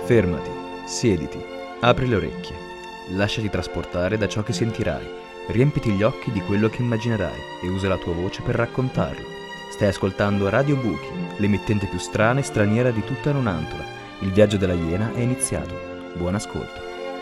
Fermati, siediti, apri le orecchie, lasciati trasportare da ciò che sentirai, riempiti gli occhi di quello che immaginerai e usa la tua voce per raccontarlo. Stai ascoltando Radio Buchi, l'emittente più strana e straniera di tutta Nonantola. Il viaggio della Iena è iniziato. Buon ascolto.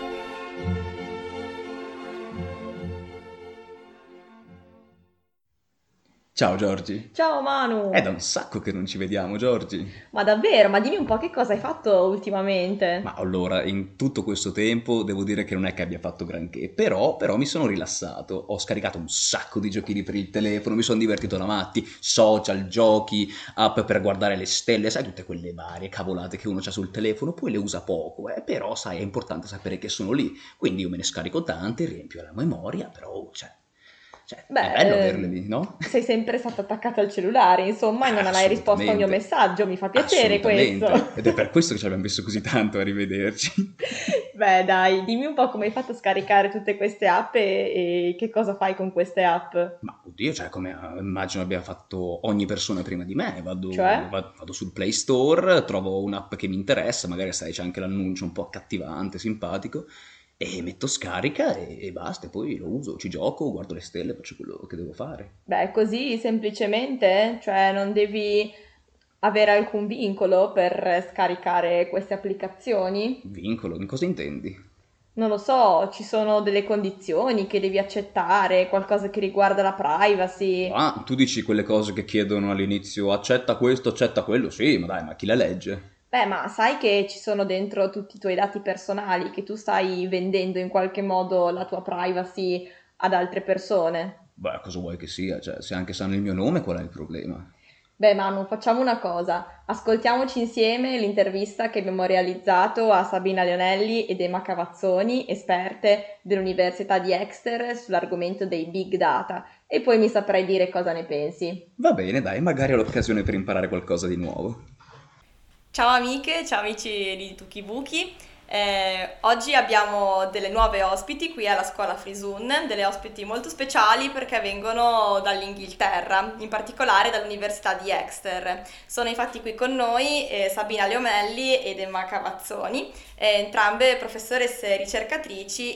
Ciao Giorgi. Ciao Manu! È da un sacco che non ci vediamo, Giorgi. Ma davvero? Ma dimmi un po' che cosa hai fatto ultimamente? Ma allora, in tutto questo tempo devo dire che non è che abbia fatto granché, però mi sono rilassato. Ho scaricato un sacco di giochini per il telefono, mi sono divertito da matti, social, giochi, app per guardare le stelle, sai, tutte quelle varie cavolate che uno ha sul telefono, poi le usa poco, però sai, è importante sapere che sono lì. Quindi io me ne scarico tante, riempio la memoria, però, è bello averle lì, no? Sei sempre stato attaccato al cellulare, insomma, e non hai risposto al mio messaggio, mi fa piacere questo. Ed è per questo che ci abbiamo messo così tanto a rivederci. Beh, dai, dimmi un po' come hai fatto a scaricare tutte queste app e che cosa fai con queste app. Ma oddio, come immagino abbia fatto ogni persona prima di me, Cioè? vado sul Play Store, trovo un'app che mi interessa, magari sai c'è anche l'annuncio un po' accattivante, simpatico, e metto scarica e basta, e poi lo uso, ci gioco, guardo le stelle, faccio quello che devo fare. Beh, così semplicemente, cioè non devi avere alcun vincolo per scaricare queste applicazioni. Vincolo, in cosa intendi? Non lo so, ci sono delle condizioni che devi accettare, qualcosa che riguarda la privacy. Ah, tu dici quelle cose che chiedono all'inizio, accetta questo, accetta quello, sì, ma dai, ma chi le legge? Beh, ma sai che ci sono dentro tutti i tuoi dati personali, che tu stai vendendo in qualche modo la tua privacy ad altre persone? Beh, cosa vuoi che sia? Se anche sanno il mio nome, qual è il problema? Beh, Manu, facciamo una cosa. Ascoltiamoci insieme l'intervista che abbiamo realizzato a Sabina Leonelli ed Emma Cavazzoni, esperte dell'Università di Exeter, sull'argomento dei big data, e poi mi saprai dire cosa ne pensi. Va bene, dai, magari ho l'occasione per imparare qualcosa di nuovo. Ciao amiche, ciao amici di Tukibuki. Oggi abbiamo delle nuove ospiti qui alla scuola Frisun, delle ospiti molto speciali perché vengono dall'Inghilterra, in particolare dall'Università di Exeter. Sono infatti qui con noi Sabina Leomelli ed Emma Cavazzoni, entrambe professoresse ricercatrici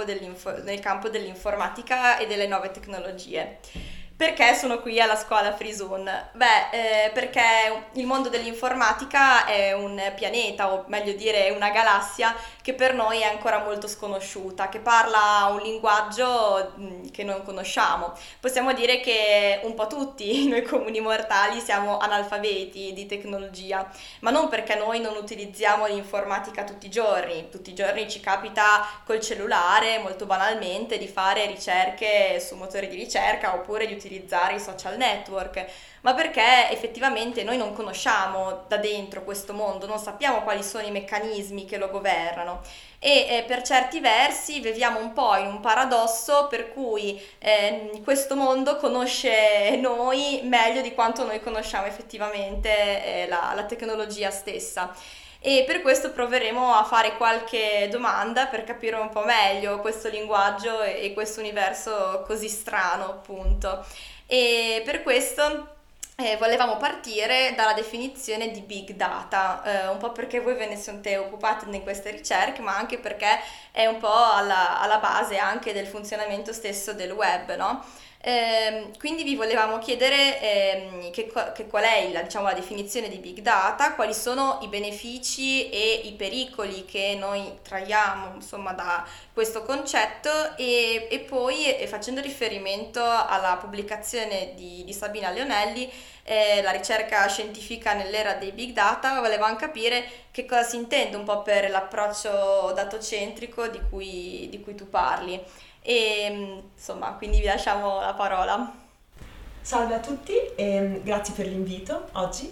nel campo dell'informatica e delle nuove tecnologie. Perché sono qui alla scuola Frisun? Perché il mondo dell'informatica è un pianeta, o meglio dire una galassia, che per noi è ancora molto sconosciuta, che parla un linguaggio che non conosciamo. Possiamo dire che un po' tutti noi comuni mortali siamo analfabeti di tecnologia, ma non perché noi non utilizziamo l'informatica tutti i giorni. Tutti i giorni ci capita col cellulare, molto banalmente, di fare ricerche su motori di ricerca oppure di utilizzare i social network, ma perché effettivamente noi non conosciamo da dentro questo mondo, non sappiamo quali sono i meccanismi che lo governano e per certi versi viviamo un po' in un paradosso per cui questo mondo conosce noi meglio di quanto noi conosciamo effettivamente la tecnologia stessa. E per questo proveremo a fare qualche domanda per capire un po' meglio questo linguaggio e questo universo così strano, appunto. E per questo volevamo partire dalla definizione di big data, un po' perché voi ve ne siete occupati in queste ricerche, ma anche perché è un po' alla base anche del funzionamento stesso del web, no? Quindi vi volevamo chiedere qual è la definizione di big data, quali sono i benefici e i pericoli che noi traiamo insomma da questo concetto e poi facendo riferimento alla pubblicazione di Sabina Leonelli, la ricerca scientifica nell'era dei big data, volevamo capire che cosa si intende un po' per l'approccio datocentrico di cui tu parli. E insomma, quindi vi lasciamo la parola. Salve a tutti e grazie per l'invito oggi.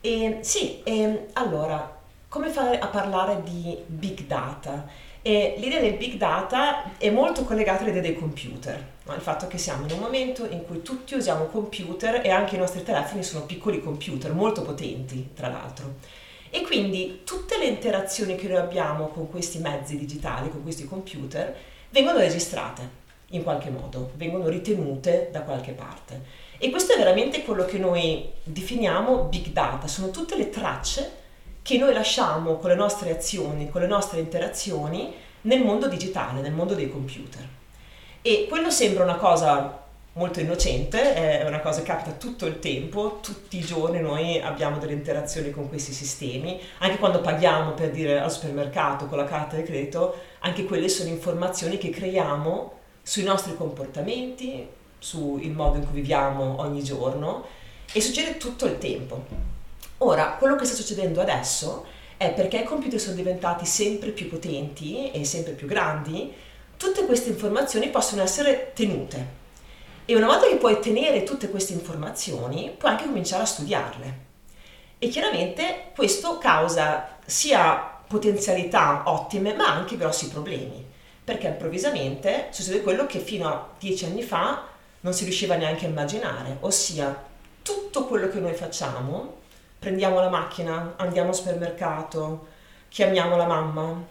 Allora, come fare a parlare di big data? L'idea del big data è molto collegata all'idea dei computer, no? Il fatto che siamo in un momento in cui tutti usiamo computer e anche i nostri telefoni sono piccoli computer, molto potenti tra l'altro. E quindi tutte le interazioni che noi abbiamo con questi mezzi digitali, con questi computer, vengono registrate in qualche modo, vengono ritenute da qualche parte. E questo è veramente quello che noi definiamo big data, sono tutte le tracce che noi lasciamo con le nostre azioni, con le nostre interazioni nel mondo digitale, nel mondo dei computer. E quello sembra una cosa molto innocente, è una cosa che capita tutto il tempo, tutti i giorni noi abbiamo delle interazioni con questi sistemi, anche quando paghiamo, per dire, al supermercato con la carta di credito, anche quelle sono informazioni che creiamo sui nostri comportamenti, sul modo in cui viviamo ogni giorno, e succede tutto il tempo. Ora, quello che sta succedendo adesso è, perché i computer sono diventati sempre più potenti e sempre più grandi, tutte queste informazioni possono essere tenute. E una volta che puoi tenere tutte queste informazioni, puoi anche cominciare a studiarle. E chiaramente questo causa sia potenzialità ottime, ma anche grossi problemi, perché improvvisamente succede quello che fino a 10 anni fa non si riusciva neanche a immaginare, ossia tutto quello che noi facciamo, prendiamo la macchina, andiamo al supermercato, chiamiamo la mamma,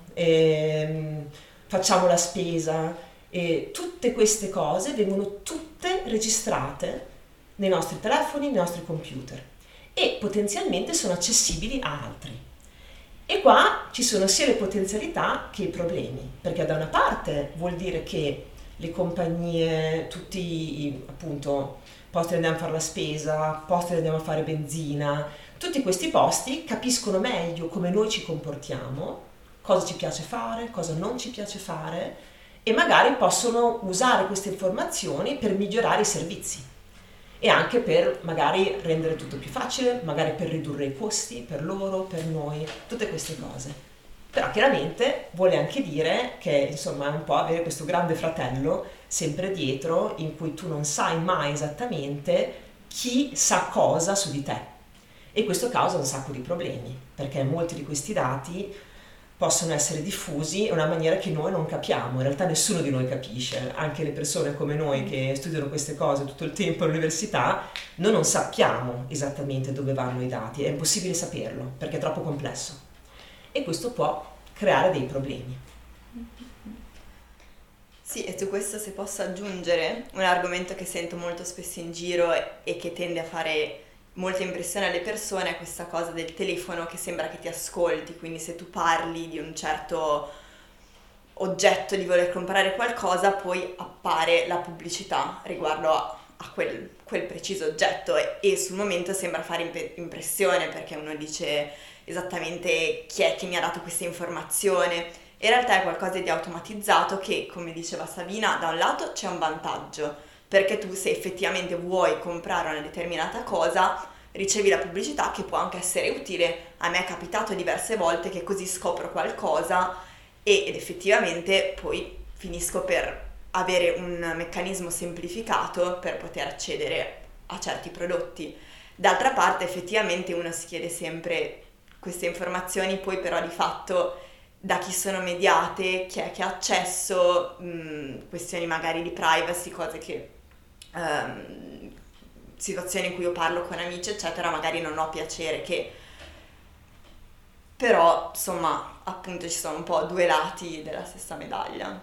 facciamo la spesa, e tutte queste cose vengono tutte registrate nei nostri telefoni, nei nostri computer, e potenzialmente sono accessibili a altri. E qua ci sono sia le potenzialità che i problemi, perché da una parte vuol dire che le compagnie, tutti appunto posti dove andiamo a fare la spesa, posti dove andiamo a fare benzina, tutti questi posti capiscono meglio come noi ci comportiamo, cosa ci piace fare, cosa non ci piace fare, e magari possono usare queste informazioni per migliorare i servizi e anche per magari rendere tutto più facile, magari per ridurre i costi per loro, per noi, tutte queste cose. Però chiaramente vuole anche dire che insomma è un po' avere questo grande fratello sempre dietro, in cui tu non sai mai esattamente chi sa cosa su di te, e questo causa un sacco di problemi, perché molti di questi dati possono essere diffusi in una maniera che noi non capiamo. In realtà nessuno di noi capisce, anche le persone come noi che studiano queste cose tutto il tempo all'università, noi non sappiamo esattamente dove vanno i dati, è impossibile saperlo perché è troppo complesso, e questo può creare dei problemi. Sì, e su questo, se posso aggiungere un argomento che sento molto spesso in giro e che tende a fare molta impressione alle persone, è questa cosa del telefono che sembra che ti ascolti, quindi se tu parli di un certo oggetto, di voler comprare qualcosa, poi appare la pubblicità riguardo a quel preciso oggetto, e sul momento sembra fare impressione, perché uno dice esattamente chi è che mi ha dato questa informazione. In realtà è qualcosa di automatizzato che, come diceva Sabina, da un lato c'è un vantaggio, perché tu, se effettivamente vuoi comprare una determinata cosa, ricevi la pubblicità, che può anche essere utile. A me è capitato diverse volte che così scopro qualcosa ed effettivamente poi finisco per avere un meccanismo semplificato per poter accedere a certi prodotti. D'altra parte effettivamente uno si chiede sempre queste informazioni, poi però di fatto da chi sono mediate, chi è che ha accesso, questioni magari di privacy, cose che situazioni in cui io parlo con amici eccetera, magari non ho piacere che, però insomma appunto ci sono un po' due lati della stessa medaglia.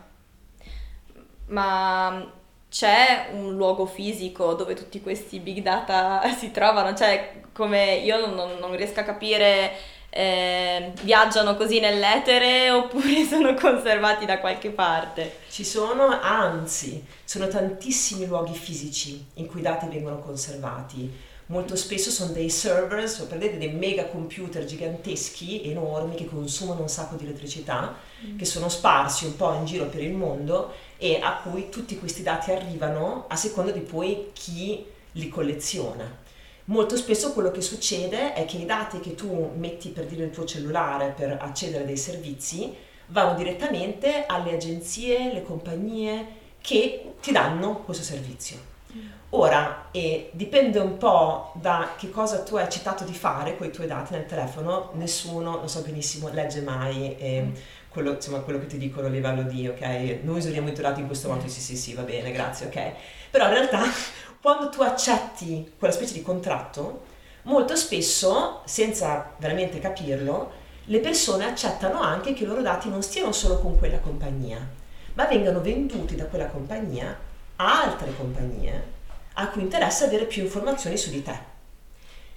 Ma c'è un luogo fisico dove tutti questi big data si trovano? Cioè, come io non riesco a capire, viaggiano così nell'etere oppure sono conservati da qualche parte? Ci sono, anzi, sono tantissimi luoghi fisici in cui i dati vengono conservati. Molto spesso sono dei servers, prendete dei mega computer giganteschi, enormi, che consumano un sacco di elettricità, che sono sparsi un po' in giro per il mondo e a cui tutti questi dati arrivano a seconda di poi chi li colleziona. Molto spesso quello che succede è che i dati che tu metti, per dire, il tuo cellulare per accedere a dei servizi vanno direttamente alle agenzie, le compagnie che ti danno questo servizio. Ora, dipende un po' da che cosa tu hai accettato di fare con i tuoi dati nel telefono. Nessuno, lo so benissimo, legge mai quello che ti dicono a livello di ok, noi useremo i tuoi dati in questo modo, sì, va bene, grazie, ok. Però in realtà quando tu accetti quella specie di contratto, molto spesso, senza veramente capirlo, le persone accettano anche che i loro dati non stiano solo con quella compagnia, ma vengano venduti da quella compagnia a altre compagnie a cui interessa avere più informazioni su di te.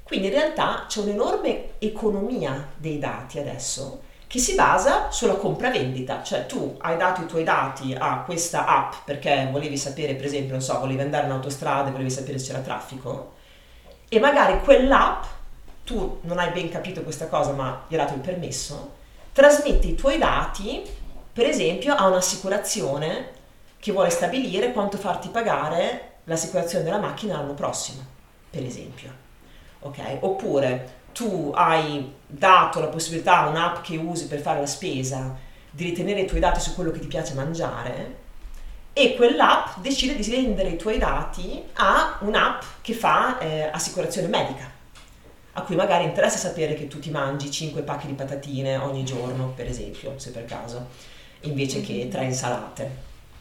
Quindi in realtà c'è un'enorme economia dei dati adesso che si basa sulla compravendita, cioè tu hai dato i tuoi dati a questa app perché volevi sapere, per esempio, non so, volevi andare in autostrada e volevi sapere se c'era traffico, e magari quell'app, tu non hai ben capito questa cosa ma gli hai dato il permesso, trasmetti i tuoi dati, per esempio, a un'assicurazione che vuole stabilire quanto farti pagare l'assicurazione della macchina l'anno prossimo, per esempio. Ok? Oppure tu hai dato la possibilità a un'app che usi per fare la spesa di ritenere i tuoi dati su quello che ti piace mangiare, e quell'app decide di vendere i tuoi dati a un'app che fa assicurazione medica, a cui magari interessa sapere che tu ti mangi 5 pacchi di patatine ogni giorno, per esempio, se per caso, invece che 3 insalate.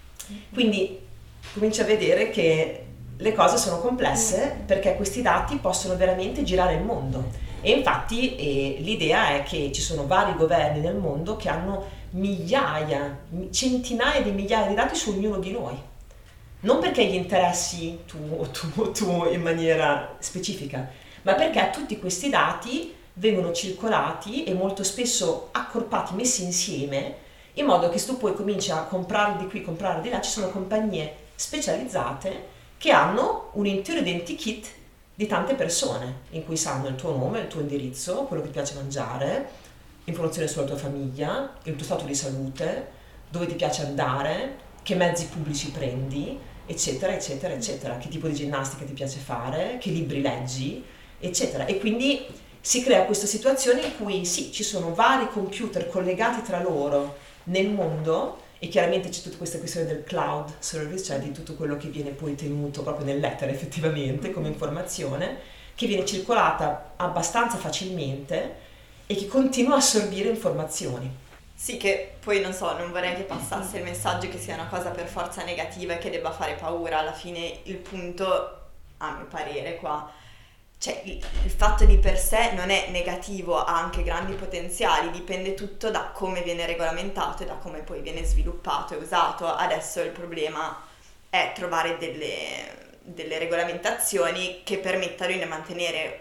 Quindi cominci a vedere che le cose sono complesse perché questi dati possono veramente girare il mondo, e infatti l'idea è che ci sono vari governi nel mondo che hanno migliaia, centinaia di migliaia di dati su ognuno di noi, non perché gli interessi tu in maniera specifica, ma perché tutti questi dati vengono circolati e molto spesso accorpati, messi insieme, in modo che se tu poi cominci a comprare di qui, comprare di là, ci sono compagnie specializzate che hanno un intero identikit di tante persone, in cui sanno il tuo nome, il tuo indirizzo, quello che ti piace mangiare, informazioni sulla tua famiglia, il tuo stato di salute, dove ti piace andare, che mezzi pubblici prendi, eccetera, eccetera, eccetera, che tipo di ginnastica ti piace fare, che libri leggi, eccetera. E quindi si crea questa situazione in cui sì, ci sono vari computer collegati tra loro nel mondo, e chiaramente c'è tutta questa questione del cloud service, cioè di tutto quello che viene poi tenuto proprio nell'etere effettivamente come informazione, che viene circolata abbastanza facilmente e che continua a assorbire informazioni. Sì, che poi non so, non vorrei che passasse il messaggio che sia una cosa per forza negativa e che debba fare paura. Alla fine il punto, a mio parere qua, cioè il fatto di per sé non è negativo, ha anche grandi potenziali, dipende tutto da come viene regolamentato e da come poi viene sviluppato e usato. Adesso il problema è trovare delle regolamentazioni che permettano di mantenere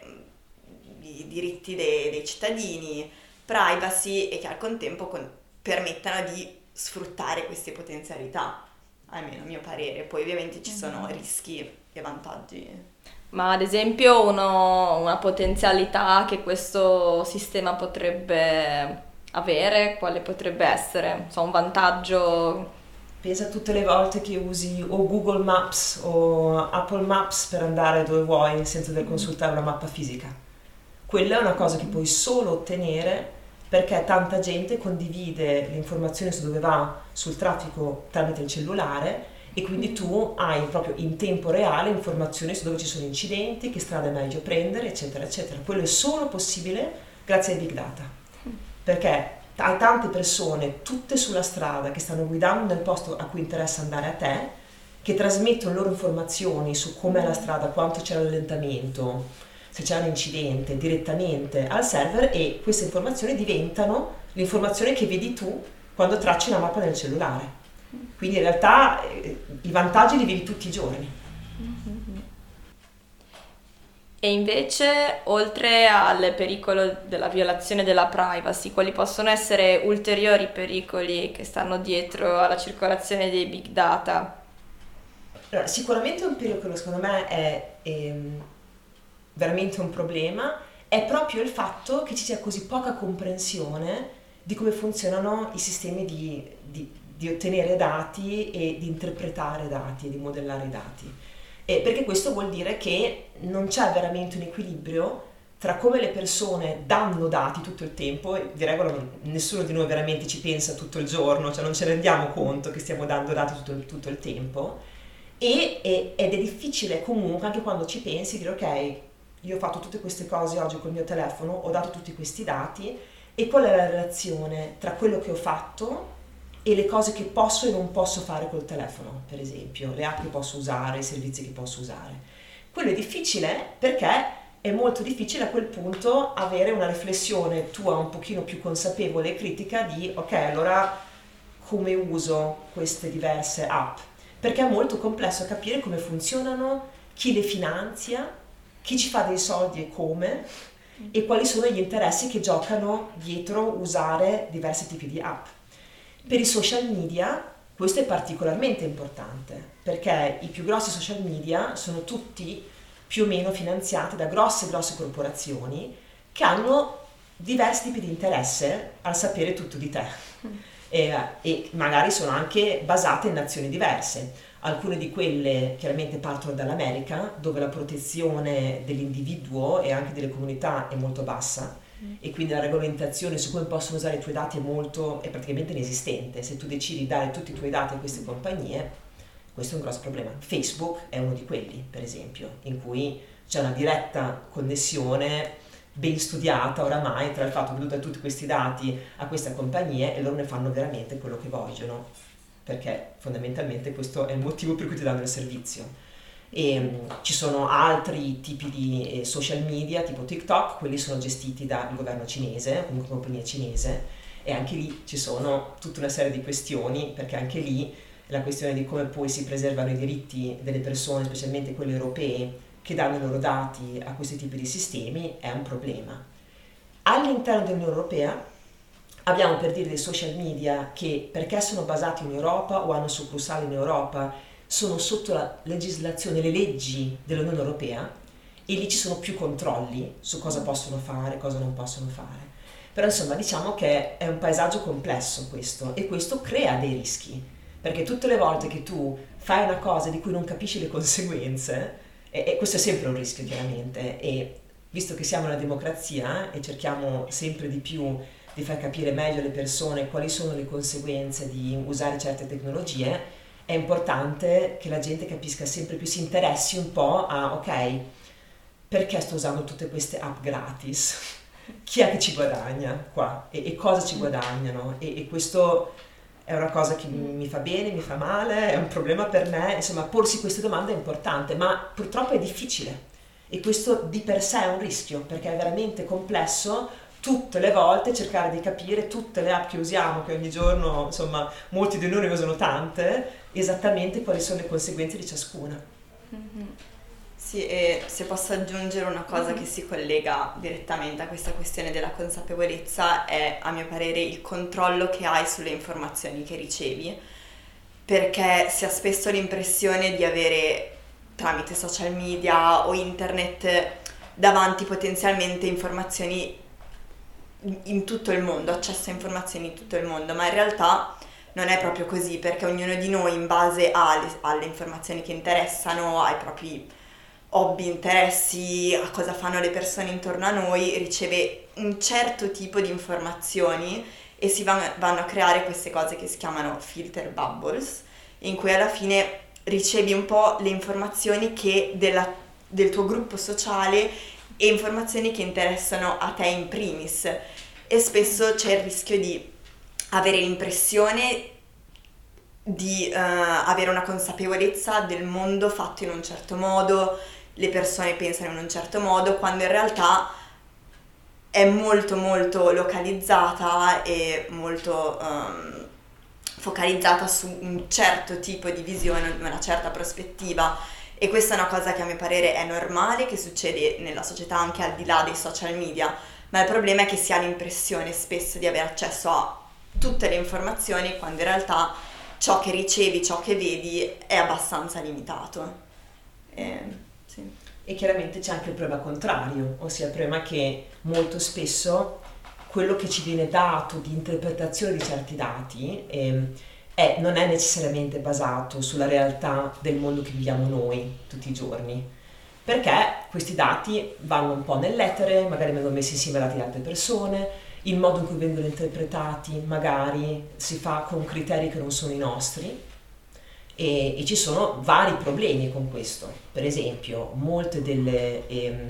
i diritti dei cittadini, privacy, e che al contempo permettano di sfruttare queste potenzialità, almeno a mio parere. Poi ovviamente ci sono rischi e vantaggi. Ma ad esempio una potenzialità che questo sistema potrebbe avere, quale potrebbe essere? Un vantaggio? Pensa a tutte le volte che usi o Google Maps o Apple Maps per andare dove vuoi senza dover consultare una mappa fisica. Quella è una cosa che puoi solo ottenere perché tanta gente condivide le informazioni su dove va sul traffico tramite il cellulare, e quindi tu hai proprio in tempo reale informazioni su dove ci sono incidenti, che strada è meglio prendere, eccetera, eccetera. Quello è solo possibile grazie ai big data, perché hai tante persone, tutte sulla strada, che stanno guidando nel posto a cui interessa andare a te, che trasmettono le loro informazioni su com'è la strada, quanto c'è l'allentamento, se c'è un incidente, direttamente al server, e queste informazioni diventano l'informazione che vedi tu quando tracci una mappa nel cellulare. Quindi in realtà i vantaggi li vivi tutti i giorni. E invece, oltre al pericolo della violazione della privacy, quali possono essere ulteriori pericoli che stanno dietro alla circolazione dei big data? Allora, sicuramente un pericolo, secondo me, è veramente un problema, è proprio il fatto che ci sia così poca comprensione di come funzionano i sistemi di ottenere dati e di interpretare dati e di modellare i dati. Perché questo vuol dire che non c'è veramente un equilibrio tra come le persone danno dati tutto il tempo, e di regola nessuno di noi veramente ci pensa tutto il giorno, cioè non ce ne rendiamo conto che stiamo dando dati tutto il tempo, ed è difficile comunque, anche quando ci pensi, dire ok, io ho fatto tutte queste cose oggi col mio telefono, ho dato tutti questi dati, e qual è la relazione tra quello che ho fatto e le cose che posso e non posso fare col telefono, per esempio, le app che posso usare, i servizi che posso usare. Quello è difficile perché è molto difficile a quel punto avere una riflessione tua un pochino più consapevole e critica di ok, allora come uso queste diverse app? Perché è molto complesso capire come funzionano, chi le finanzia, chi ci fa dei soldi e come, e quali sono gli interessi che giocano dietro usare diversi tipi di app. Per i social media questo è particolarmente importante, perché i più grossi social media sono tutti più o meno finanziati da grosse corporazioni che hanno diversi tipi di interesse al sapere tutto di te e magari sono anche basate in nazioni diverse. Alcune di quelle chiaramente partono dall'America, dove la protezione dell'individuo e anche delle comunità è molto bassa e quindi la regolamentazione su come possono usare i tuoi dati è praticamente inesistente. Se tu decidi di dare tutti i tuoi dati a queste compagnie, questo è un grosso problema. Facebook è uno di quelli, per esempio, in cui c'è una diretta connessione ben studiata oramai tra il fatto che tu dai tutti questi dati a queste compagnie e loro ne fanno veramente quello che vogliono, perché fondamentalmente questo è il motivo per cui ti danno il servizio. E ci sono altri tipi di social media tipo TikTok, quelli sono gestiti dal governo cinese, comunque compagnia cinese, e anche lì ci sono tutta una serie di questioni, perché anche lì la questione di come poi si preservano i diritti delle persone, specialmente quelle europee, che danno i loro dati a questi tipi di sistemi, è un problema. All'interno dell'Unione Europea abbiamo, per dire, dei social media che, perché sono basati in Europa o hanno succursali in Europa, sono sotto la legislazione, le leggi dell'Unione Europea, e lì ci sono più controlli su cosa possono fare, cosa non possono fare. Però insomma diciamo che è un paesaggio complesso questo, e questo crea dei rischi, perché tutte le volte che tu fai una cosa di cui non capisci le conseguenze, e questo è sempre un rischio chiaramente, e visto che siamo una democrazia e cerchiamo sempre di più di far capire meglio alle persone quali sono le conseguenze di usare certe tecnologie, è importante che la gente capisca sempre più, si interessi un po' a, ok, perché sto usando tutte queste app gratis? Chi è che ci guadagna qua? E cosa ci guadagnano? E questo è una cosa che mi fa bene, mi fa male, è un problema per me. Insomma, porsi queste domande è importante, ma purtroppo è difficile. E questo di per sé è un rischio, perché è veramente complesso tutte le volte cercare di capire tutte le app che usiamo, che ogni giorno, insomma, molti di noi ne usano tante, esattamente quali sono le conseguenze di ciascuna. Mm-hmm. Sì, e se posso aggiungere una cosa che si collega direttamente a questa questione della consapevolezza, è a mio parere il controllo che hai sulle informazioni che ricevi, perché si ha spesso l'impressione di avere, tramite social media o internet, davanti potenzialmente informazioni in tutto il mondo, accesso a informazioni in tutto il mondo, ma in realtà non è proprio così, perché ognuno di noi, in base alle informazioni che interessano, ai propri hobby, interessi, a cosa fanno le persone intorno a noi, riceve un certo tipo di informazioni e si vanno a creare queste cose che si chiamano filter bubbles, in cui alla fine ricevi un po' le informazioni che del tuo gruppo sociale e informazioni che interessano a te in primis, e spesso c'è il rischio di avere l'impressione di avere una consapevolezza del mondo fatto in un certo modo, le persone pensano in un certo modo, quando in realtà è molto molto localizzata e molto focalizzata su un certo tipo di visione, una certa prospettiva. E questa è una cosa che a mio parere è normale, che succede nella società anche al di là dei social media, ma il problema è che si ha l'impressione spesso di avere accesso a tutte le informazioni, quando in realtà ciò che ricevi, ciò che vedi è abbastanza limitato. Sì. E chiaramente c'è anche il problema contrario, ossia il problema che molto spesso quello che ci viene dato di interpretazione di certi dati non è necessariamente basato sulla realtà del mondo che viviamo noi tutti i giorni, perché questi dati vanno un po' nell'etere, magari vengono messi insieme a dati di altre persone, il modo in cui vengono interpretati magari si fa con criteri che non sono i nostri, e ci sono vari problemi con questo. Per esempio, molte delle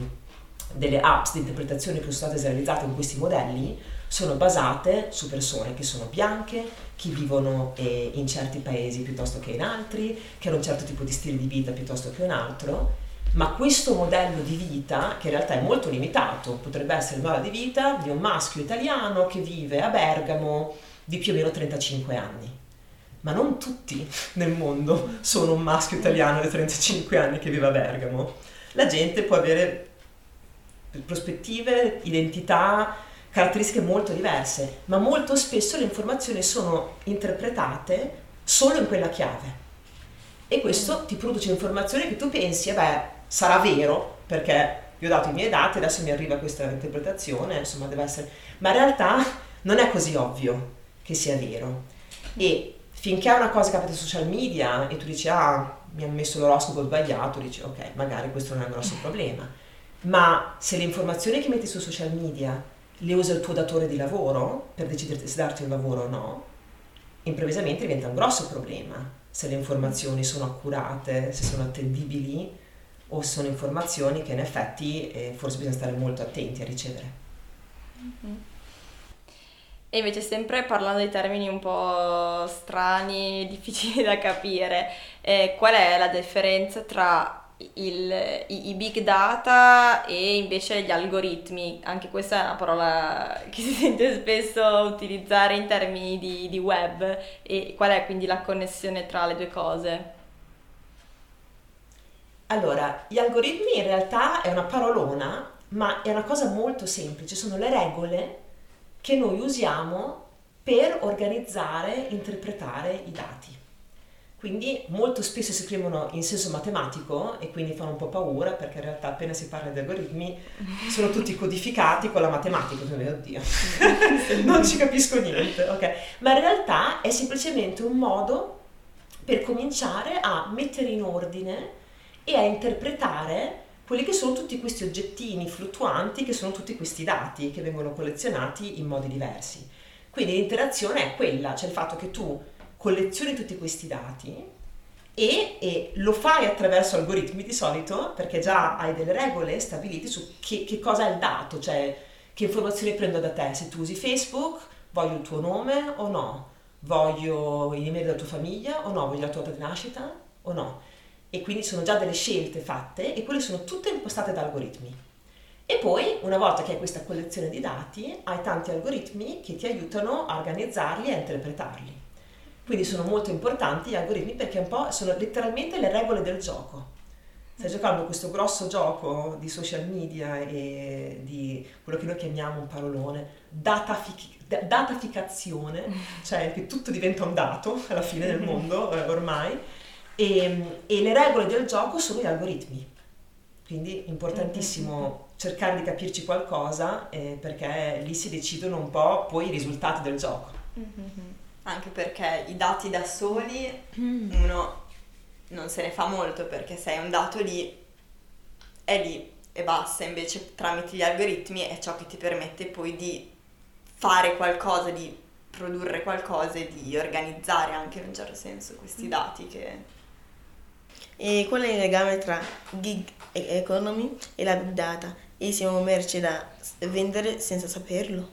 apps di interpretazione che sono state realizzate con questi modelli sono basate su persone che sono bianche, che vivono in certi paesi piuttosto che in altri, che hanno un certo tipo di stile di vita piuttosto che un altro, ma questo modello di vita, che in realtà è molto limitato, potrebbe essere il modello di vita di un maschio italiano che vive a Bergamo di più o meno 35 anni. Ma non tutti nel mondo sono un maschio italiano di 35 anni che vive a Bergamo. la gente può avere prospettive, identità, caratteristiche molto diverse, ma molto spesso le informazioni sono interpretate solo in quella chiave. E questo ti produce informazioni che tu pensi, sarà vero, perché io ho dato i miei dati, adesso mi arriva questa interpretazione, insomma deve essere... Ma in realtà non è così ovvio che sia vero. E finché una cosa capita sui social media e tu dici, mi hanno messo l'oroscopo sbagliato, dici, ok, magari questo non è un grosso problema. Ma se le informazioni che metti su social media le usa il tuo datore di lavoro per decidere se darti un lavoro o no, improvvisamente diventa un grosso problema. Se le informazioni sono accurate, se sono attendibili o sono informazioni che in effetti forse bisogna stare molto attenti a ricevere. E invece sempre parlando di termini un po' strani, difficili da capire, qual è la differenza tra i big data e invece gli algoritmi? Anche questa è una parola che si sente spesso utilizzare in termini di web, e qual è quindi la connessione tra le due cose? Allora, gli algoritmi in realtà è una parolona, ma è una cosa molto semplice, sono le regole che noi usiamo per organizzare, interpretare i dati. Quindi molto spesso si scrivono in senso matematico e quindi fanno un po' paura, perché in realtà appena si parla di algoritmi sono tutti codificati con la matematica, quindi oddio, non ci capisco niente, ok? Ma in realtà è semplicemente un modo per cominciare a mettere in ordine e a interpretare quelli che sono tutti questi oggettini fluttuanti, che sono tutti questi dati che vengono collezionati in modi diversi. Quindi l'interazione è quella, cioè il fatto che tu collezioni tutti questi dati e lo fai attraverso algoritmi di solito, perché già hai delle regole stabilite su che cosa è il dato, cioè che informazioni prendo da te. Se tu usi Facebook, voglio il tuo nome o no? Voglio l'email della tua famiglia o no? Voglio la tua data di nascita o no? E quindi sono già delle scelte fatte e quelle sono tutte impostate da algoritmi. E poi, una volta che hai questa collezione di dati, hai tanti algoritmi che ti aiutano a organizzarli e a interpretarli. Quindi sono molto importanti gli algoritmi, perché un po' sono letteralmente le regole del gioco. Stai giocando questo grosso gioco di social media e di quello che noi chiamiamo un parolone, dataficazione, cioè che tutto diventa un dato alla fine del mondo ormai, e le regole del gioco sono gli algoritmi. Quindi importantissimo cercare di capirci qualcosa, perché lì si decidono un po' poi i risultati del gioco. Anche perché i dati da soli uno non se ne fa molto, perché se hai un dato lì è lì e basta. Invece tramite gli algoritmi è ciò che ti permette poi di fare qualcosa, di produrre qualcosa e di organizzare anche in un certo senso questi dati che... E qual è il legame tra gig economy e la big data? E siamo merci da vendere senza saperlo?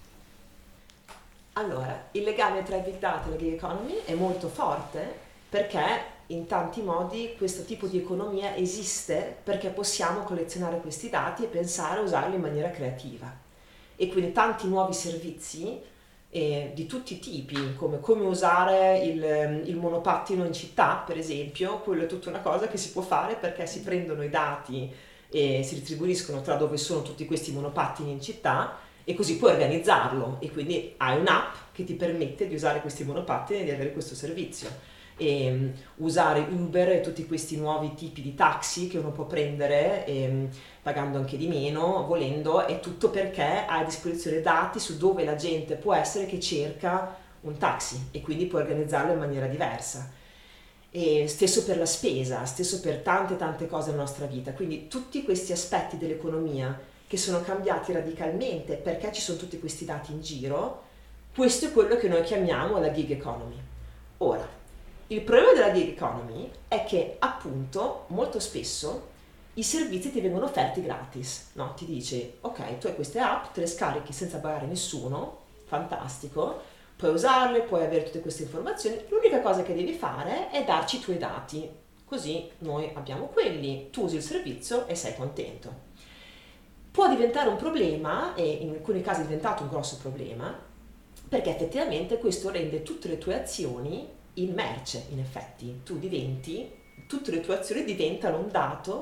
Allora, il legame tra il big data e la gig economy è molto forte, perché in tanti modi questo tipo di economia esiste perché possiamo collezionare questi dati e pensare a usarli in maniera creativa. E quindi tanti nuovi servizi di tutti i tipi, come usare il monopattino in città, per esempio, quello è tutta una cosa che si può fare, perché si prendono i dati e si distribuiscono tra dove sono tutti questi monopattini in città, e così puoi organizzarlo, e quindi hai un'app che ti permette di usare questi monopattini e di avere questo servizio. E usare Uber e tutti questi nuovi tipi di taxi che uno può prendere pagando anche di meno, volendo, è tutto perché hai a disposizione dati su dove la gente può essere che cerca un taxi, e quindi puoi organizzarlo in maniera diversa. E stesso per la spesa, stesso per tante cose nella nostra vita. Quindi tutti questi aspetti dell'economia che sono cambiati radicalmente perché ci sono tutti questi dati in giro, questo è quello che noi chiamiamo la gig economy. Ora, il problema della gig economy è che appunto molto spesso i servizi ti vengono offerti gratis, no? Ti dice, ok, tu hai queste app, te le scarichi senza pagare nessuno, fantastico, puoi usarle, puoi avere tutte queste informazioni, l'unica cosa che devi fare è darci i tuoi dati, così noi abbiamo quelli, tu usi il servizio e sei contento. Può diventare un problema, e in alcuni casi è diventato un grosso problema, perché effettivamente questo rende tutte le tue azioni in merce, in effetti. Tutte le tue azioni diventano un dato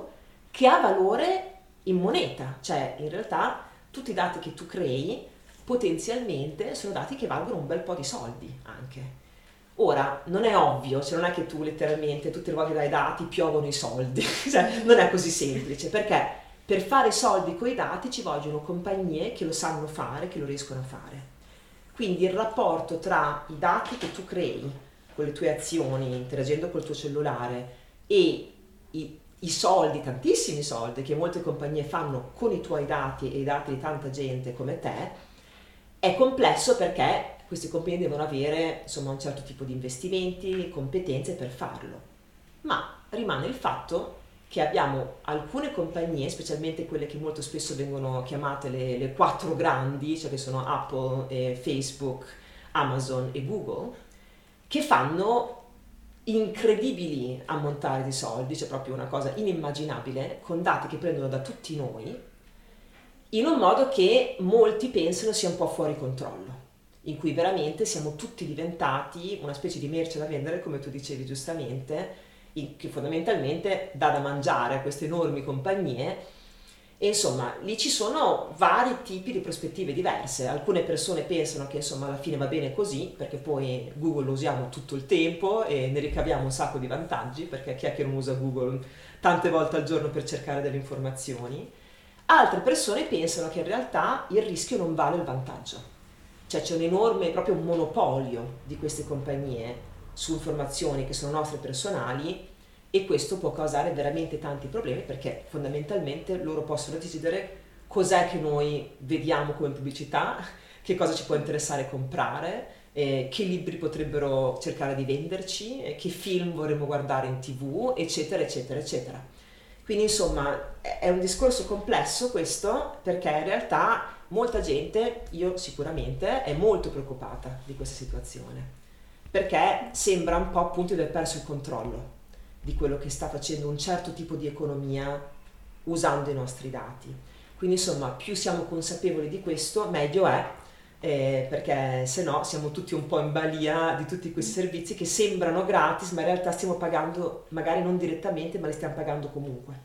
che ha valore in moneta, cioè in realtà tutti i dati che tu crei potenzialmente sono dati che valgono un bel po' di soldi anche. Ora, non è ovvio, cioè non è che tu letteralmente tutte le volte dai dati piovono i soldi, cioè non è così semplice, perché per fare soldi con i dati ci vogliono compagnie che lo sanno fare, che lo riescono a fare. Quindi il rapporto tra i dati che tu crei con le tue azioni, interagendo col tuo cellulare, e i soldi, tantissimi soldi che molte compagnie fanno con i tuoi dati e i dati di tanta gente come te, è complesso perché queste compagnie devono avere insomma un certo tipo di investimenti, competenze per farlo. Ma rimane il fatto che abbiamo alcune compagnie, specialmente quelle che molto spesso vengono chiamate le quattro grandi, cioè che sono Apple, Facebook, Amazon e Google, che fanno incredibili ammontari di soldi, cioè proprio una cosa inimmaginabile, con dati che prendono da tutti noi, in un modo che molti pensano sia un po' fuori controllo, in cui veramente siamo tutti diventati una specie di merce da vendere, come tu dicevi giustamente, che fondamentalmente dà da mangiare a queste enormi compagnie. E insomma, lì ci sono vari tipi di prospettive diverse. Alcune persone pensano che insomma alla fine va bene così, perché poi Google lo usiamo tutto il tempo e ne ricaviamo un sacco di vantaggi, perché chi è che non usa Google tante volte al giorno per cercare delle informazioni? Altre persone pensano che in realtà il rischio non vale il vantaggio. Cioè c'è un enorme, proprio un monopolio di queste compagnie su informazioni che sono nostre personali, e questo può causare veramente tanti problemi, perché fondamentalmente loro possono decidere cos'è che noi vediamo come pubblicità, che cosa ci può interessare comprare, che libri potrebbero cercare di venderci, che film vorremmo guardare in TV, eccetera, eccetera, eccetera. Quindi insomma è un discorso complesso questo, perché in realtà molta gente, io sicuramente, è molto preoccupata di questa situazione, perché sembra un po' appunto di aver perso il controllo di quello che sta facendo un certo tipo di economia usando i nostri dati. Quindi insomma più siamo consapevoli di questo meglio è, perché se no siamo tutti un po' in balia di tutti questi servizi che sembrano gratis, ma in realtà stiamo pagando magari non direttamente, ma li stiamo pagando comunque.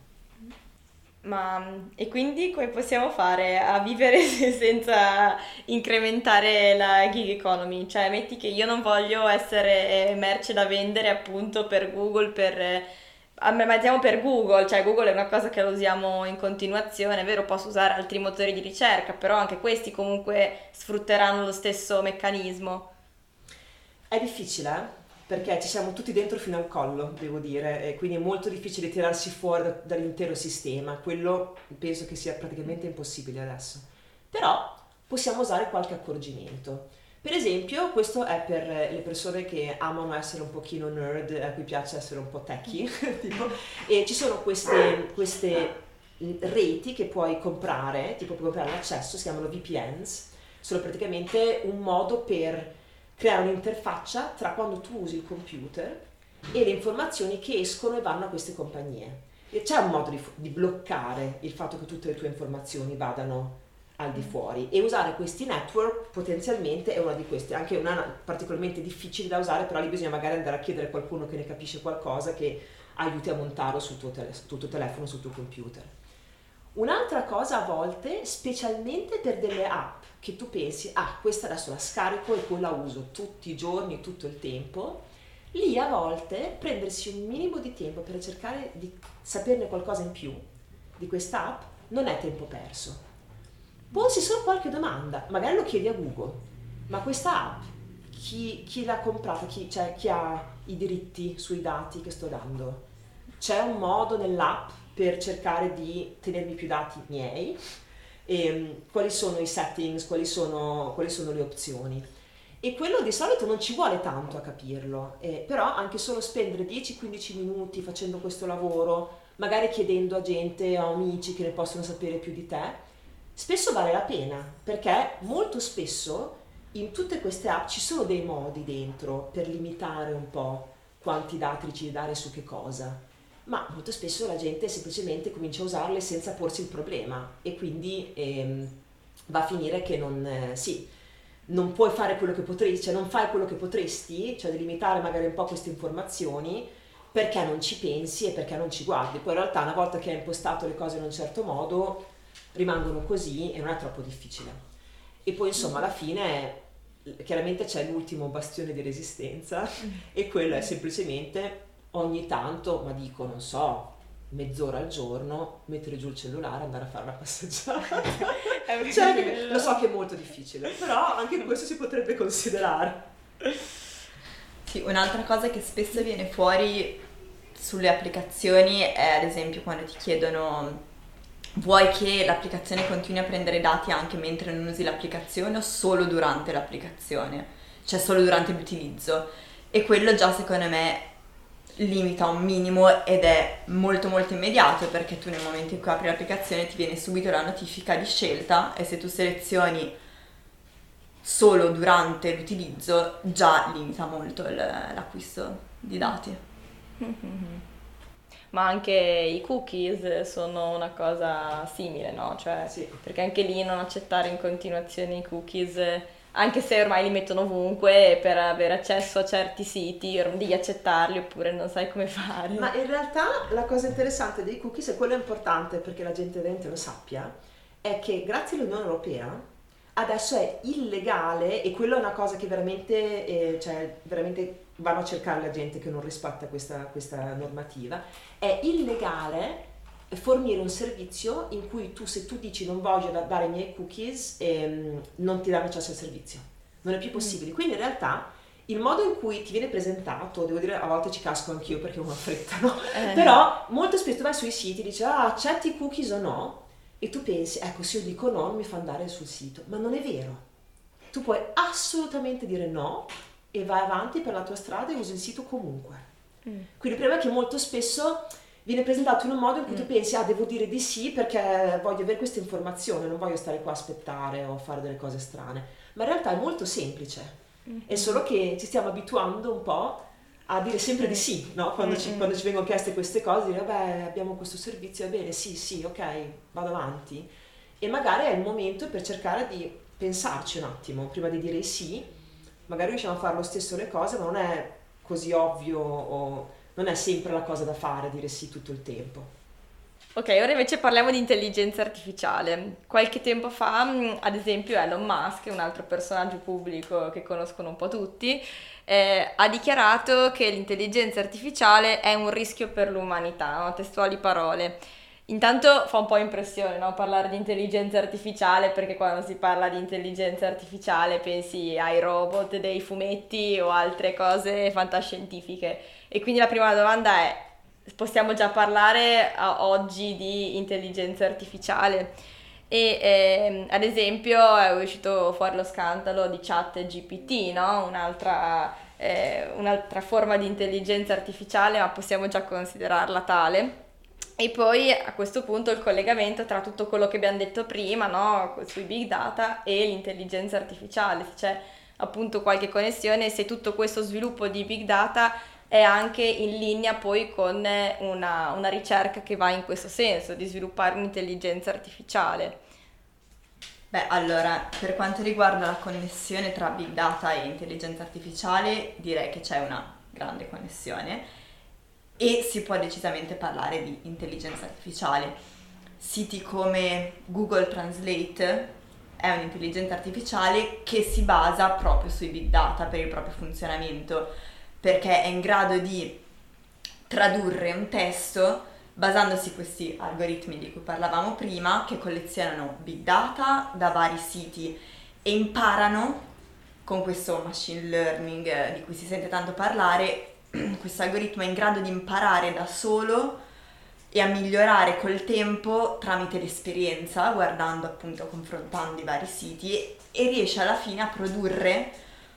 Ma e quindi come possiamo fare a vivere senza incrementare la gig economy? Cioè, metti che io non voglio essere merce da vendere appunto per Google, mettiamo per Google, cioè Google è una cosa che lo usiamo in continuazione, è vero, posso usare altri motori di ricerca, però anche questi comunque sfrutteranno lo stesso meccanismo. È difficile, perché ci siamo tutti dentro fino al collo, devo dire, e quindi è molto difficile tirarsi fuori dall'intero sistema. Quello penso che sia praticamente impossibile adesso. Però possiamo usare qualche accorgimento. Per esempio, questo è per le persone che amano essere un pochino nerd, a cui piace essere un po' techie, tipo, e ci sono queste reti che puoi comprare, tipo puoi comprare l'accesso, si chiamano VPNs, sono praticamente un modo per creare un'interfaccia tra quando tu usi il computer e le informazioni che escono e vanno a queste compagnie. E c'è un modo di bloccare il fatto che tutte le tue informazioni vadano al di fuori, e usare questi network potenzialmente è una di queste, anche una particolarmente difficile da usare, però lì bisogna magari andare a chiedere a qualcuno che ne capisce qualcosa che aiuti a montarlo sul tuo telefono, sul tuo computer. Un'altra cosa a volte, specialmente per delle app che tu pensi, questa adesso la scarico e poi la uso tutti i giorni, tutto il tempo, lì a volte prendersi un minimo di tempo per cercare di saperne qualcosa in più di questa app non è tempo perso. Ponsi solo qualche domanda, magari lo chiedi a Google, ma questa app chi l'ha comprata, chi ha i diritti sui dati che sto dando? C'è un modo nell'app per cercare di tenermi più dati miei? Quali sono i settings, quali sono le opzioni? E quello di solito non ci vuole tanto a capirlo, però anche solo spendere 10-15 minuti facendo questo lavoro, magari chiedendo a gente o amici che ne possono sapere più di te, spesso vale la pena, perché molto spesso in tutte queste app ci sono dei modi dentro per limitare un po' quanti dati decidi di dare su che cosa, ma molto spesso la gente semplicemente comincia a usarle senza porsi il problema, e quindi va a finire che non puoi fare quello che potresti, cioè non fai quello che potresti, cioè di limitare magari un po' queste informazioni, perché non ci pensi e perché non ci guardi. Poi in realtà una volta che hai impostato le cose in un certo modo rimangono così e non è troppo difficile. E poi insomma alla fine chiaramente c'è l'ultimo bastione di resistenza e quello è semplicemente ogni tanto, ma dico non so, mezz'ora al giorno, mettere giù il cellulare e andare a fare una passeggiata. Cioè, lo so che è molto difficile, però anche questo si potrebbe considerare. Sì, un'altra cosa che spesso viene fuori sulle applicazioni è ad esempio quando ti chiedono: vuoi che l'applicazione continui a prendere dati anche mentre non usi l'applicazione o solo durante l'applicazione? Cioè solo durante l'utilizzo. E quello già secondo me limita un minimo ed è molto molto immediato, perché tu nel momento in cui apri l'applicazione ti viene subito la notifica di scelta e se tu selezioni solo durante l'utilizzo già limita molto l'acquisto di dati. Ma anche i cookies sono una cosa simile, no? Cioè, Sì. perché anche lì non accettare in continuazione i cookies, anche se ormai li mettono ovunque, per avere accesso a certi siti devi accettarli oppure non sai come fare. Ma in realtà la cosa interessante dei cookies, e quello è importante perché la gente veramente lo sappia, è che grazie all'Unione Europea adesso è illegale, e quello è una cosa che veramente, cioè veramente vanno a cercare la gente che non rispetta questa normativa, è illegale fornire un servizio in cui se tu dici non voglio dare i miei cookies, non ti danno accesso al servizio, non è più possibile. Quindi in realtà il modo in cui ti viene presentato, devo dire a volte ci casco anch'io perché ho una fretta, no? Però molto spesso vai sui siti e dici accetti i cookies o no? E tu pensi, ecco, se io dico no, non mi fa andare sul sito, ma non è vero. Tu puoi assolutamente dire no e vai avanti per la tua strada e usi il sito comunque. Quindi il problema è che molto spesso viene presentato in un modo in cui tu pensi, devo dire di sì perché voglio avere questa informazione, non voglio stare qua a aspettare o fare delle cose strane. Ma in realtà è molto semplice, è solo che ci stiamo abituando un po' a dire sempre di sì, no? Quando ci vengono chieste queste cose, dire vabbè abbiamo questo servizio, va bene, sì, ok, vado avanti. E magari è il momento per cercare di pensarci un attimo, prima di dire sì, magari riusciamo a fare lo stesso le cose, ma non è così ovvio o non è sempre la cosa da fare, dire sì tutto il tempo. Ok, ora invece parliamo di intelligenza artificiale. Qualche tempo fa, ad esempio, Elon Musk, un altro personaggio pubblico che conoscono un po' tutti, ha dichiarato che l'intelligenza artificiale è un rischio per l'umanità, no? Testuali parole. Intanto fa un po' impressione, no? Parlare di intelligenza artificiale, perché quando si parla di intelligenza artificiale pensi ai robot dei fumetti o altre cose fantascientifiche. E quindi la prima domanda è: possiamo già parlare oggi di intelligenza artificiale? E ad esempio è uscito fuori lo scandalo di ChatGPT, no? Un'altra forma di intelligenza artificiale, ma possiamo già considerarla tale. E poi a questo punto il collegamento tra tutto quello che abbiamo detto prima, no? Sui big data e l'intelligenza artificiale, se c'è appunto qualche connessione, se tutto questo sviluppo di big data è anche in linea poi con una ricerca che va in questo senso, di sviluppare un'intelligenza artificiale. Beh, allora, per quanto riguarda la connessione tra big data e intelligenza artificiale, direi che c'è una grande connessione e si può decisamente parlare di intelligenza artificiale. Siti come Google Translate è un'intelligenza artificiale che si basa proprio sui big data per il proprio funzionamento, perché è in grado di tradurre un testo basandosi su questi algoritmi di cui parlavamo prima, che collezionano big data da vari siti e imparano con questo machine learning di cui si sente tanto parlare. Questo algoritmo è in grado di imparare da solo e a migliorare col tempo tramite l'esperienza, guardando appunto, confrontando i vari siti, e riesce alla fine a produrre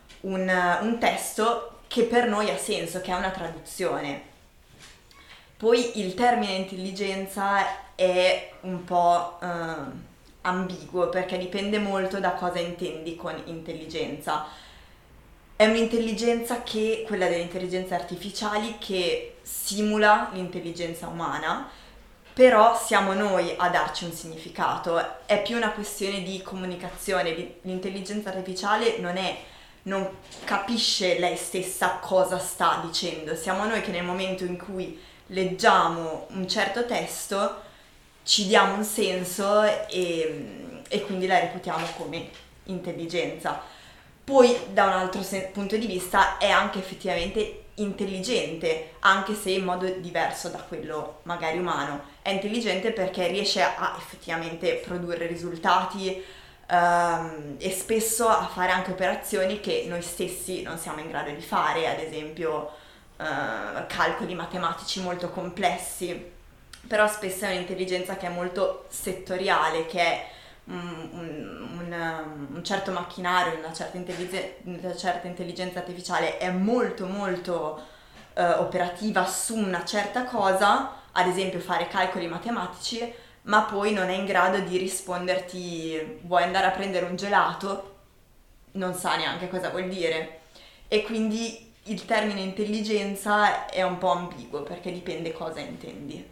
un testo che per noi ha senso, che è una traduzione. Poi il termine intelligenza è un po' ambiguo, perché dipende molto da cosa intendi con intelligenza. È un'intelligenza quella delle intelligenze artificiali, che simula l'intelligenza umana, però siamo noi a darci un significato. È più una questione di comunicazione. L'intelligenza artificiale non è non capisce lei stessa cosa sta dicendo. Siamo noi che nel momento in cui leggiamo un certo testo ci diamo un senso e quindi la reputiamo come intelligenza. Poi da un altro punto di vista è anche effettivamente intelligente, anche se in modo diverso da quello magari umano. È intelligente perché riesce a effettivamente produrre risultati e spesso a fare anche operazioni che noi stessi non siamo in grado di fare, ad esempio calcoli matematici molto complessi, però spesso è un'intelligenza che è molto settoriale, che è un certo macchinario, una certa intelligenza artificiale è molto molto operativa su una certa cosa, ad esempio fare calcoli matematici, ma poi non è in grado di risponderti vuoi andare a prendere un gelato, non sa neanche cosa vuol dire, e quindi il termine intelligenza è un po' ambiguo perché dipende cosa intendi.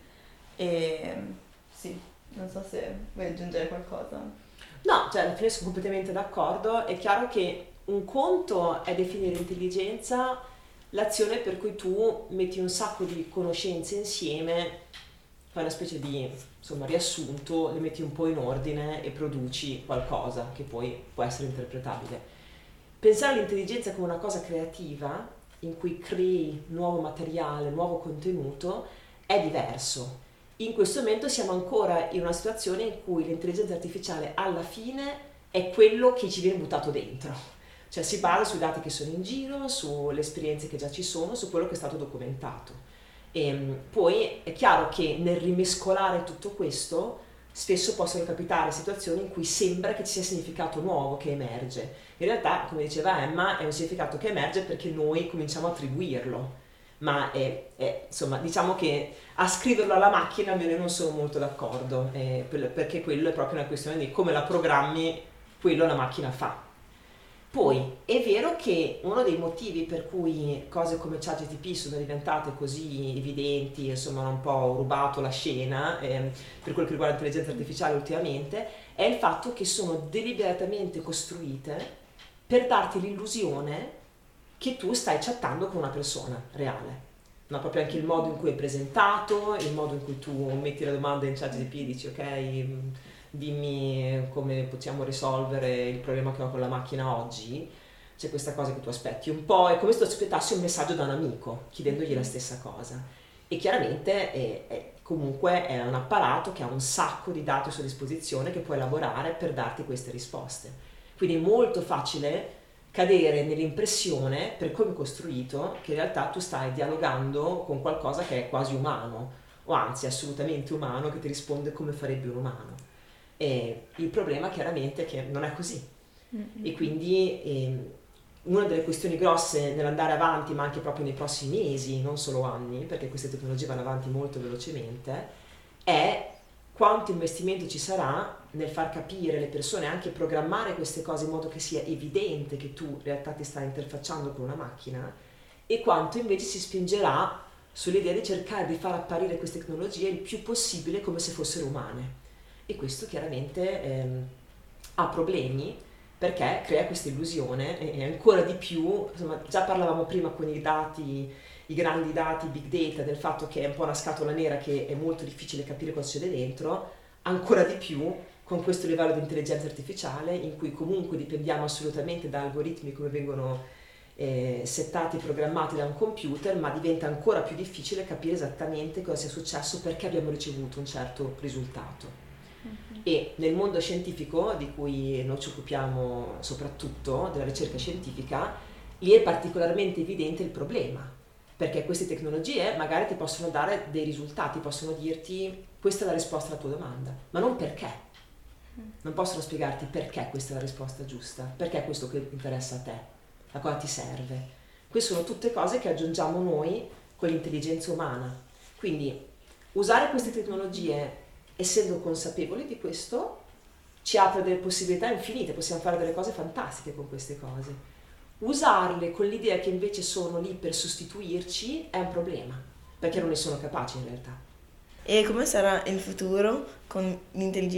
E sì, non so se vuoi aggiungere qualcosa. No, cioè alla fine sono completamente d'accordo. È chiaro che un conto è definire intelligenza l'azione per cui tu metti un sacco di conoscenze insieme, fai una specie di riassunto, le metti un po' in ordine e produci qualcosa che poi può essere interpretabile. Pensare all'intelligenza come una cosa creativa, in cui crei nuovo materiale, nuovo contenuto, è diverso. In questo momento siamo ancora in una situazione in cui l'intelligenza artificiale alla fine è quello che ci viene buttato dentro, cioè si basa sui dati che sono in giro, sulle esperienze che già ci sono, su quello che è stato documentato. E poi è chiaro che nel rimescolare tutto questo spesso possono capitare situazioni in cui sembra che ci sia significato nuovo che emerge. In realtà, come diceva Emma, è un significato che emerge perché noi cominciamo a attribuirlo. Ma insomma, diciamo che a scriverlo alla macchina io non sono molto d'accordo, perché quello è proprio una questione di come la programmi, quello la macchina fa. Poi è vero che uno dei motivi per cui cose come ChatGPT sono diventate così evidenti, insomma hanno un po' rubato la scena per quello che riguarda l'intelligenza artificiale ultimamente, è il fatto che sono deliberatamente costruite per darti l'illusione che tu stai chattando con una persona reale. No, proprio anche il modo in cui è presentato, il modo in cui tu metti la domanda in ChatGPT e dici ok, dimmi come possiamo risolvere il problema che ho con la macchina oggi, c'è questa cosa che tu aspetti un po', è come se tu aspettassi un messaggio da un amico chiedendogli la stessa cosa, e chiaramente comunque è un apparato che ha un sacco di dati a sua disposizione che può elaborare per darti queste risposte, quindi è molto facile cadere nell'impressione, per come è costruito, che in realtà tu stai dialogando con qualcosa che è quasi umano, o anzi assolutamente umano, che ti risponde come farebbe un umano. E il problema chiaramente è che non è così. E quindi una delle questioni grosse nell'andare avanti, ma anche proprio nei prossimi mesi, non solo anni, perché queste tecnologie vanno avanti molto velocemente, è quanto investimento ci sarà nel far capire alle persone, anche programmare queste cose in modo che sia evidente che tu in realtà ti stai interfacciando con una macchina, e quanto invece si spingerà sull'idea di cercare di far apparire queste tecnologie il più possibile come se fossero umane. E questo chiaramente ha problemi, perché crea questa illusione e ancora di più, insomma, già parlavamo prima con i dati, i grandi dati, big data, del fatto che è un po' una scatola nera che è molto difficile capire cosa succede dentro, ancora di più con questo livello di intelligenza artificiale in cui comunque dipendiamo assolutamente da algoritmi come vengono settati e programmati da un computer, ma diventa ancora più difficile capire esattamente cosa sia successo, perché abbiamo ricevuto un certo risultato. E nel mondo scientifico, di cui noi ci occupiamo soprattutto, della ricerca scientifica, lì è particolarmente evidente il problema, perché queste tecnologie magari ti possono dare dei risultati, possono dirti questa è la risposta alla tua domanda, ma non perché. Non possono spiegarti perché questa è la risposta giusta, perché è questo che interessa a te, a cosa ti serve. Queste sono tutte cose che aggiungiamo noi con l'intelligenza umana. Quindi usare queste tecnologie essendo consapevoli di questo ci apre delle possibilità infinite, possiamo fare delle cose fantastiche con queste cose. Usarle con l'idea che invece sono lì per sostituirci è un problema, perché non ne sono capaci in realtà. E come sarà il futuro con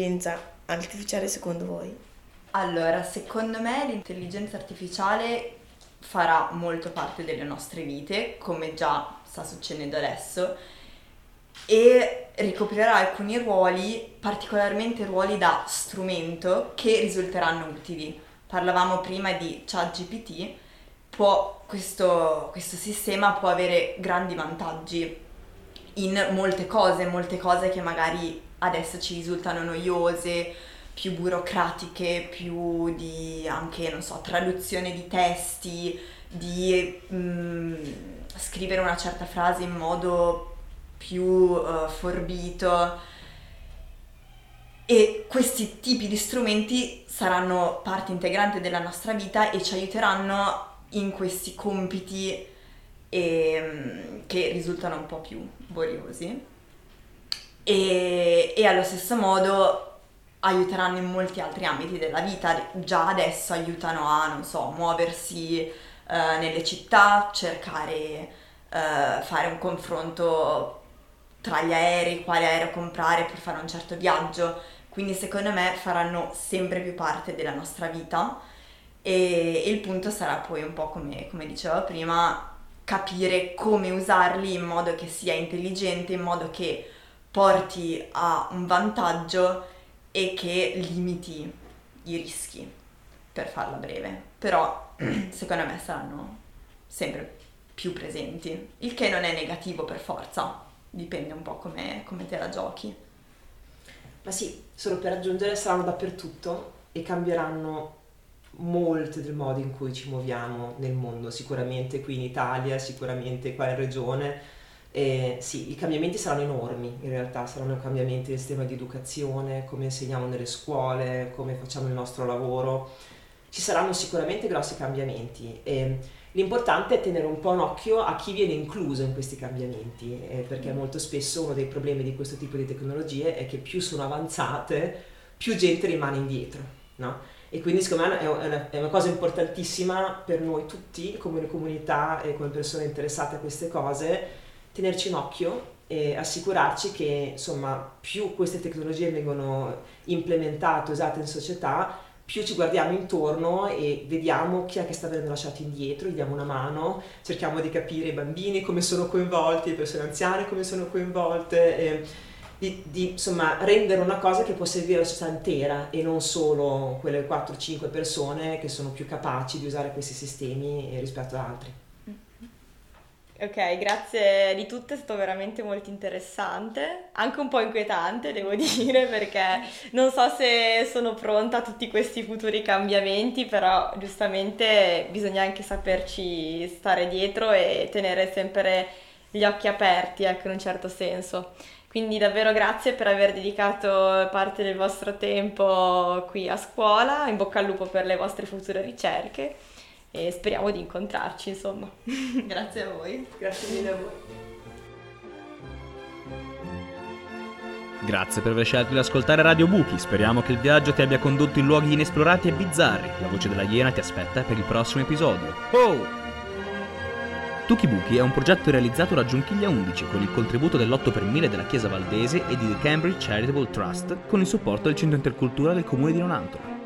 l'intelligenza artificiale secondo voi? Allora, secondo me l'intelligenza artificiale farà molto parte delle nostre vite, come già sta succedendo adesso, e ricoprirà alcuni ruoli, particolarmente ruoli da strumento, che risulteranno utili. Parlavamo prima di ChatGPT, questo sistema può avere grandi vantaggi in molte cose che magari adesso ci risultano noiose, più burocratiche, più di anche, non so, traduzione di testi, di scrivere una certa frase in modo più forbito. E questi tipi di strumenti saranno parte integrante della nostra vita e ci aiuteranno in questi compiti che risultano un po' più boriosi, e allo stesso modo aiuteranno in molti altri ambiti della vita. Già adesso aiutano a, non so, muoversi nelle città, cercare, fare un confronto tra gli aerei, quale aereo comprare per fare un certo viaggio. Quindi secondo me faranno sempre più parte della nostra vita, e il punto sarà poi un po' come dicevo prima, capire come usarli in modo che sia intelligente, in modo che porti a un vantaggio e che limiti i rischi, per farla breve. Però secondo me saranno sempre più presenti, il che non è negativo per forza, dipende un po' come te la giochi. Ma sì, solo per aggiungere, saranno dappertutto e cambieranno molti dei modi in cui ci muoviamo nel mondo, sicuramente qui in Italia, sicuramente qua in regione. Sì, i cambiamenti saranno enormi, in realtà saranno cambiamenti del sistema di educazione, come insegniamo nelle scuole, come facciamo il nostro lavoro. Ci saranno sicuramente grossi cambiamenti, e l'importante è tenere un po' un occhio a chi viene incluso in questi cambiamenti, perché molto spesso uno dei problemi di questo tipo di tecnologie è che più sono avanzate, più gente rimane indietro, no? E quindi secondo me è una cosa importantissima per noi tutti, come comunità e come persone interessate a queste cose, tenerci in occhio e assicurarci che, insomma, più queste tecnologie vengono implementate, usate in società, più ci guardiamo intorno e vediamo chi è che sta venendo lasciato indietro, gli diamo una mano, cerchiamo di capire i bambini come sono coinvolti, le persone anziane come sono coinvolte, insomma rendere una cosa che può servire alla società intera e non solo quelle 4-5 persone che sono più capaci di usare questi sistemi rispetto ad altri. Ok, grazie di tutto, è stato veramente molto interessante, anche un po' inquietante devo dire, perché non so se sono pronta a tutti questi futuri cambiamenti, però giustamente bisogna anche saperci stare dietro e tenere sempre gli occhi aperti, ecco, in un certo senso. Quindi davvero grazie per aver dedicato parte del vostro tempo qui a scuola, in bocca al lupo per le vostre future ricerche. E speriamo di incontrarci, insomma. Grazie a voi. Grazie mille a voi. Grazie per aver scelto di ascoltare Radio Buchi. Speriamo che il viaggio ti abbia condotto in luoghi inesplorati e bizzarri. La voce della Iena ti aspetta per il prossimo episodio. Oh! Tuki Buchi è un progetto realizzato da Giunchiglia 11 con il contributo dell'8 per 1000 della Chiesa Valdese e di The Cambridge Charitable Trust con il supporto del Centro Interculturale del Comune di Nonantola.